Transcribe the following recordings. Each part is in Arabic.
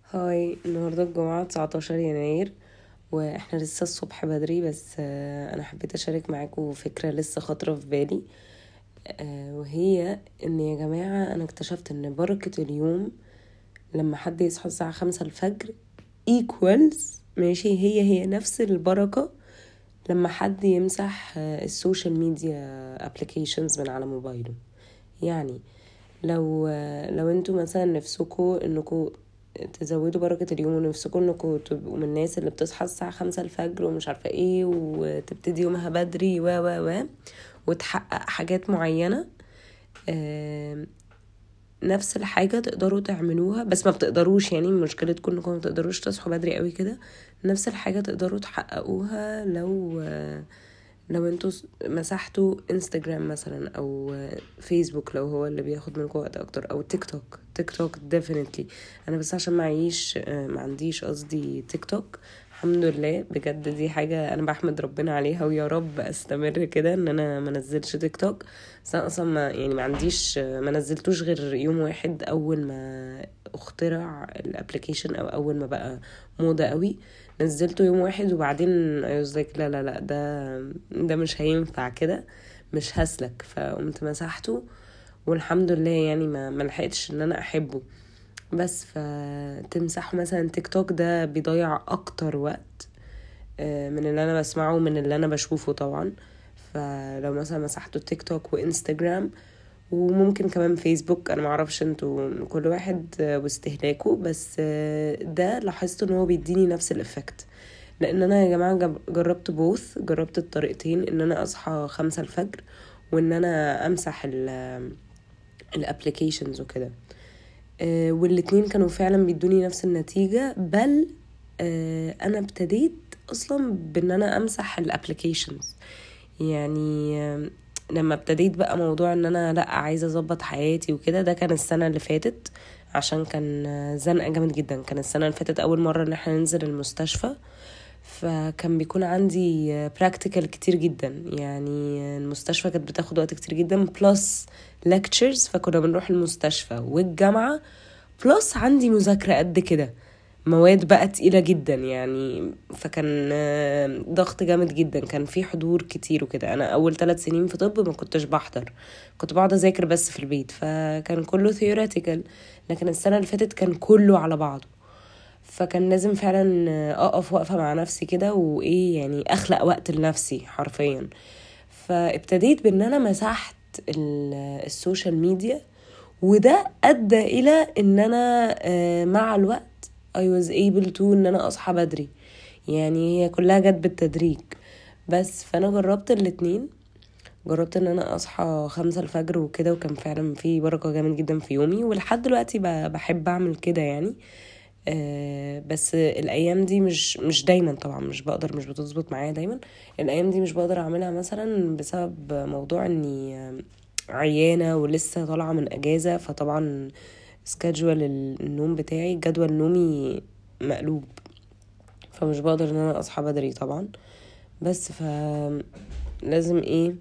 هاي، النهاردة الجمعة 19 يناير واحنا لسه الصبح بدري. بس انا حبيت اشارك معاكم فكرة لسه خاطرة في بالي. وهي ان يا جماعة انا اكتشفت ان بركة اليوم لما حد يصحى الساعة 5 الفجر equals ماشي، هي نفس البركة لما حد يمسح السوشيال ميديا applications من على موبايله. يعني لو انتوا مثلا نفسكوا انكوا تزودوا بركة اليوم، ونفسكوا انكوا تبقوا من الناس اللي بتصحى الساعة 5 الفجر ومش عارفة ايه وتبتدي يومها بدري وتحقق حاجات معينة. نفس الحاجة تقدروا تعملوها، بس ما بتقدروش، يعني مشكلتكم انكم ما تقدروش تصحوا بدري قوي كده. نفس الحاجة تقدروا تحققوها لو انتوا مسحتوا انستجرام مثلا او فيسبوك، لو هو اللي بياخد منكم وقت اكتر، او تيك توك definitely. انا بس عشان ما عنديش قصدي تيك توك، الحمد لله بجد، دي حاجة انا بحمد ربنا عليها، ويا رب استمر كده ان انا ما نزلش تيك توك. بس انا اصلا ما عنديش، ما نزلتوش غير يوم واحد اول ما اخترع الابليكيشن، او اول ما بقى موضة قوي. نزلته يوم واحد وبعدين like لا لا لا، ده مش هينفع كده، مش هسلك، فقمت مسحته. والحمد لله يعني ما لحقتش ان انا احبه. بس فتمسحوا مثلا تيك توك، ده بيضيع اكتر وقت من اللي انا بسمعه ومن اللي انا بشوفه طبعا. فلو مثلا مسحتوا تيك توك وانستجرام وممكن كمان فيسبوك، انا معرفش انتوا كل واحد واستهلاكه، بس ده لاحظت ان هو بيديني نفس الافكت. لان انا يا جماعة جربت الطريقتين، ان انا اصحى 5 الفجر وان انا امسح الابليكيشنز وكده. والاتنين كانوا فعلا بيدوني نفس النتيجة، بل انا ابتديت اصلا بان انا امسح الابليكيشنز. يعني لما ابتديت بقى موضوع ان انا لا عايزة اظبط حياتي وكده، ده كان السنة اللي فاتت، عشان كان زنقة جامد جدا. كان السنة اللي فاتت اول مرة ان احنا ننزل المستشفى، فكان بيكون عندي براكتيكال كتير جدا. يعني المستشفى كانت بتاخد وقت كتير جدا بلس lectures، فكنا بنروح المستشفى والجامعة بلس عندي مذاكرة قد كده، مواد بقى تقيلة جدا يعني. فكان ضغط جامد جدا، كان في حضور كتير وكده. انا اول 3 سنين في طب ما كنتش بحضر، كنت بقعد اذاكر بس في البيت، فكان كله theoretical. لكن السنة اللي فاتت كان كله على بعضه، فكان لازم فعلا اقف وقفة مع نفسي كده، وايه يعني اخلق وقت لنفسي حرفيا. فابتديت بان انا مسحت السوشيال ميديا، وده ادى الى ان انا مع الوقت I was able to ان انا اصحى بدري. يعني هي كلها جت بالتدريج. بس فانا جربت الاتنين، جربت ان انا اصحى 5 الفجر وكده، وكان فعلا في بركة جامد جدا في يومي، ولحد دلوقتي بحب اعمل كده يعني. بس الايام دي مش دايما طبعا، مش بتظبط معايا دايما. الايام دي مش بقدر اعملها مثلا بسبب موضوع اني عيانة ولسه طالعة من اجازة، فطبعا سكادجول النوم بتاعي، جدول نومي مقلوب، فمش بقدر ان انا اصحى بدري طبعا. بس لازم ايه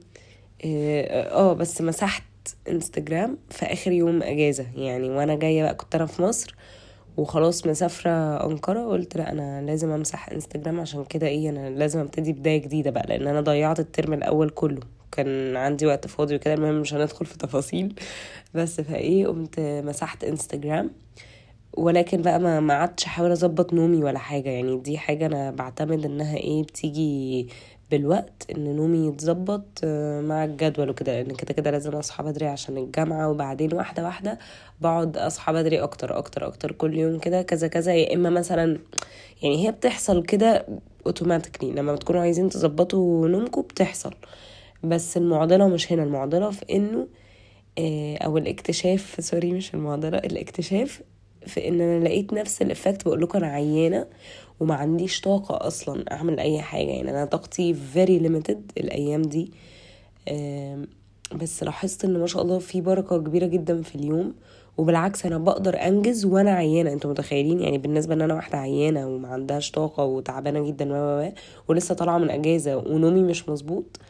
بس مسحت انستجرام في اخر يوم اجازة يعني، وانا جاية بقى كنت انا في مصر وخلاص مسافرة أنقرة، قلت لا أنا لازم أمسح انستجرام. عشان كده إيه، أنا لازم أبتدي بداية جديدة بقى، لأن أنا ضيعت الترم الأول كله، كان عندي وقت فاضي وكده. المهم مش هندخل في تفاصيل. بس فإيه، قمت مسحت انستجرام. ولكن بقى ما عادش احاول اظبط نومي ولا حاجة، يعني دي حاجة انا بعتمد انها ايه بتيجي بالوقت، ان نومي يتظبط مع الجدول وكده، لان كده كده لازم اصحى بدري عشان الجامعة. وبعدين واحدة واحدة بقعد اصحى بدري اكتر اكتر اكتر كل يوم كده، كذا كذا. يا اما مثلا يعني هي بتحصل كده اوتوماتيكلي لما بتكونوا عايزين تظبطوا نومكم بتحصل. بس المعضلة مش هنا، المعضلة في انه او الاكتشاف، سوري مش المعضلة، الاكتشاف في ان انا لقيت نفس الافكت. بقول لكم انا عيانة وما عنديش طاقة اصلا اعمل اي حاجة، يعني انا طاقتي very limited الايام دي. بس لاحظت ان ما شاء الله في بركة كبيرة جدا في اليوم، وبالعكس انا بقدر انجز وانا عيانة. انتوا متخيلين يعني بالنسبة ان انا واحدة عيانة وما عندهاش طاقة وتعبانة جدا ولسه طالعة من اجازة ونومي مش مظبوط،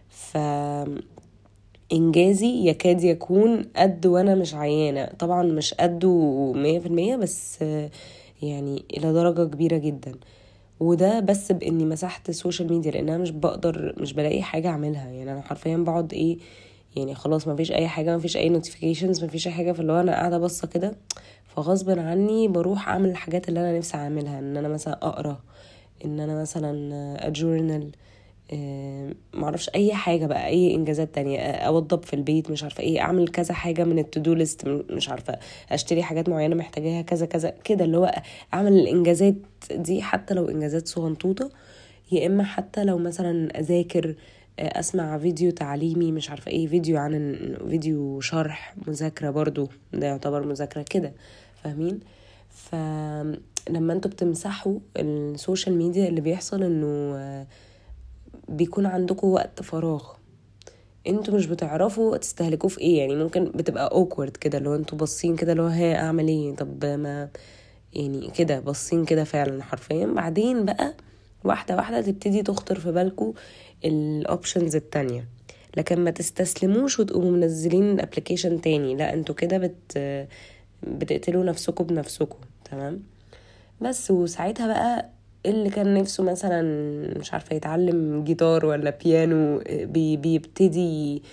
انجازي يكاد يكون قد وانا مش عيانة. طبعا مش قده 100%، بس يعني الى درجة كبيرة جدا. وده بس باني مسحت السوشيال ميديا، لان انا مش بلاقي حاجة اعملها. يعني انا حرفيا بقعد ايه، يعني خلاص مفيش اي حاجة، مفيش اي نوتيفيكيشنز، مفيش اي حاجة، فاللي هو انا قاعدة بصة كده، فغصب عني بروح اعمل الحاجات اللي انا نفسي اعملها. ان انا مثلا اقرا، ان انا مثلا اجورنال، معرفش اي حاجة بقى، اي انجازات تانية، اوضب في البيت، مش عارفة ايه، اعمل كذا حاجة من التودو ليست، مش عارفة اشتري حاجات معينة محتاجاها كذا كذا كده، اللي هو اعمل الانجازات دي حتى لو انجازات صغنطوطة. يا اما حتى لو مثلا اذاكر، اسمع فيديو تعليمي، مش عارفة ايه، فيديو شرح مذاكرة، برضو ده يعتبر مذاكرة كده، فاهمين؟ فلما انتوا بتمسحوا السوشيال ميديا اللي بيحصل انه بيكون عندكم وقت فراغ، انتوا مش بتعرفوا تستهلكوه في ايه. يعني ممكن بتبقى awkward كده، لو انتوا باصين كده، لو اعمل ايه، طب ما يعني كده باصين كده فعلا حرفيا. بعدين بقى واحدة واحدة تبتدي تخطر في بالكم الاوبشنز التانية، لكن ما تستسلموش وتقوموا منزلين الابليكيشن تاني. لا، انتوا كده بتقتلوا نفسكم بنفسكم. تمام. بس وساعتها بقى اللي كان نفسه مثلا مش عارفة يتعلم جيتار ولا بيانو، بيبتدي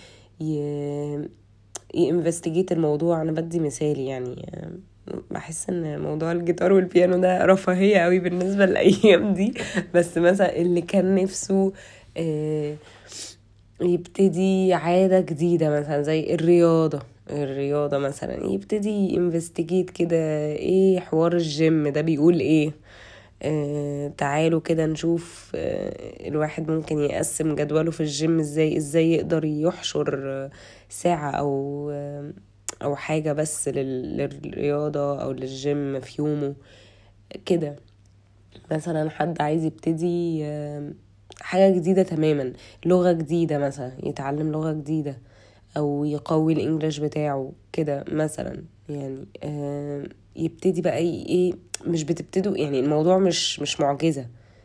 يinvestigate الموضوع. انا بدي مثال يعني، بحس ان موضوع الجيتار والبيانو ده رفاهية قوي بالنسبة للأيام دي. بس مثلا اللي كان نفسه يبتدي عادة جديدة مثلا زي الرياضة مثلا، يبتدي انفستيجيت كده، ايه حوار الجيم ده بيقول ايه. تعالوا كده نشوف الواحد ممكن يقسم جدوله في الجيم ازاي يقدر يحشر ساعة او حاجة بس للرياضة او للجيم في يومه كده. مثلا حد عايز يبتدي حاجة جديدة تماما، لغة جديدة مثلا، يتعلم لغة جديدة او يقوي الانجليش بتاعه كده مثلا. يعني يبتدي بقى ايه، مش بتبتدوا يعني الموضوع مش معجزة،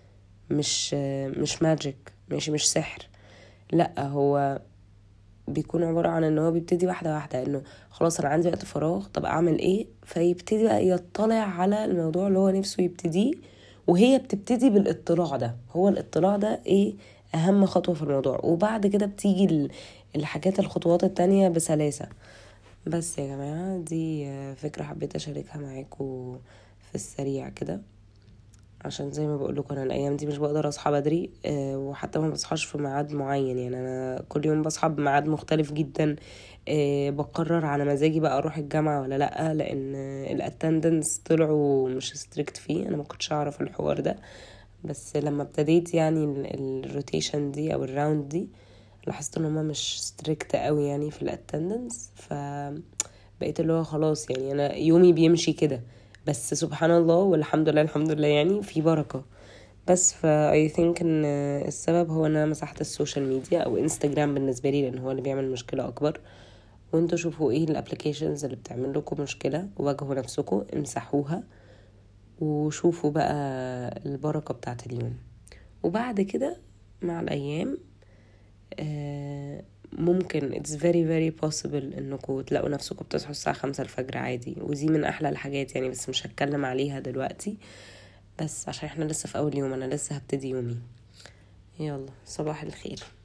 مش ماجيك، مش سحر. لا، هو بيكون عبارة عن ان هو بيبتدي واحدة واحدة، انه خلاص انا عندي وقت فراغ، طب اعمل ايه؟ فيبتدي بقى يطلع على الموضوع اللي هو نفسه يبتديه. وهي بتبتدي بالاطلاع ده، هو الاطلاع ده ايه اهم خطوة في الموضوع، وبعد كده بتيجي الخطوات التانية بسلاسة. بس يا جماعة، دي فكرة حبيت اشاركها معاكم في السريع كده، عشان زي ما بقول لكم انا الايام دي مش بقدر اصحى بدري، وحتى ما بصحاش في ميعاد معين. يعني انا كل يوم بصحى بميعاد مختلف جدا. بقرر على مزاجي بقى اروح الجامعة ولا لا، لان الاتندنس طلعوا مش ستريكت فيه. انا ما كنتش اعرف الحوار ده، بس لما ابتديت يعني الروتيشن دي او الراوند دي، لاحظت ان هما مش ستريكت قوي يعني في الاتندنس. فبقيت اللي هو خلاص، يعني انا يومي بيمشي كده. بس سبحان الله والحمد لله، الحمد لله يعني في بركة. بس I think ان السبب هو ان انا مسحت السوشيال ميديا او انستجرام بالنسبة لي، لان هو اللي بيعمل مشكلة اكبر. وانتوا شوفوا ايه الابليكيشنز اللي بتعمل لكم مشكلة، واجهوا نفسكم، امسحوها، وشوفوا بقى البركة بتاعت اليوم. وبعد كده مع الايام ممكن it's very very possible انكم تلاقوا نفسكم بتصحوا الساعة 5 الفجر عادي، ودي من احلى الحاجات يعني. بس مش هتكلم عليها دلوقتي، بس عشان احنا لسه في اول يوم، انا لسه هبتدي يومي. يلا، صباح الخير.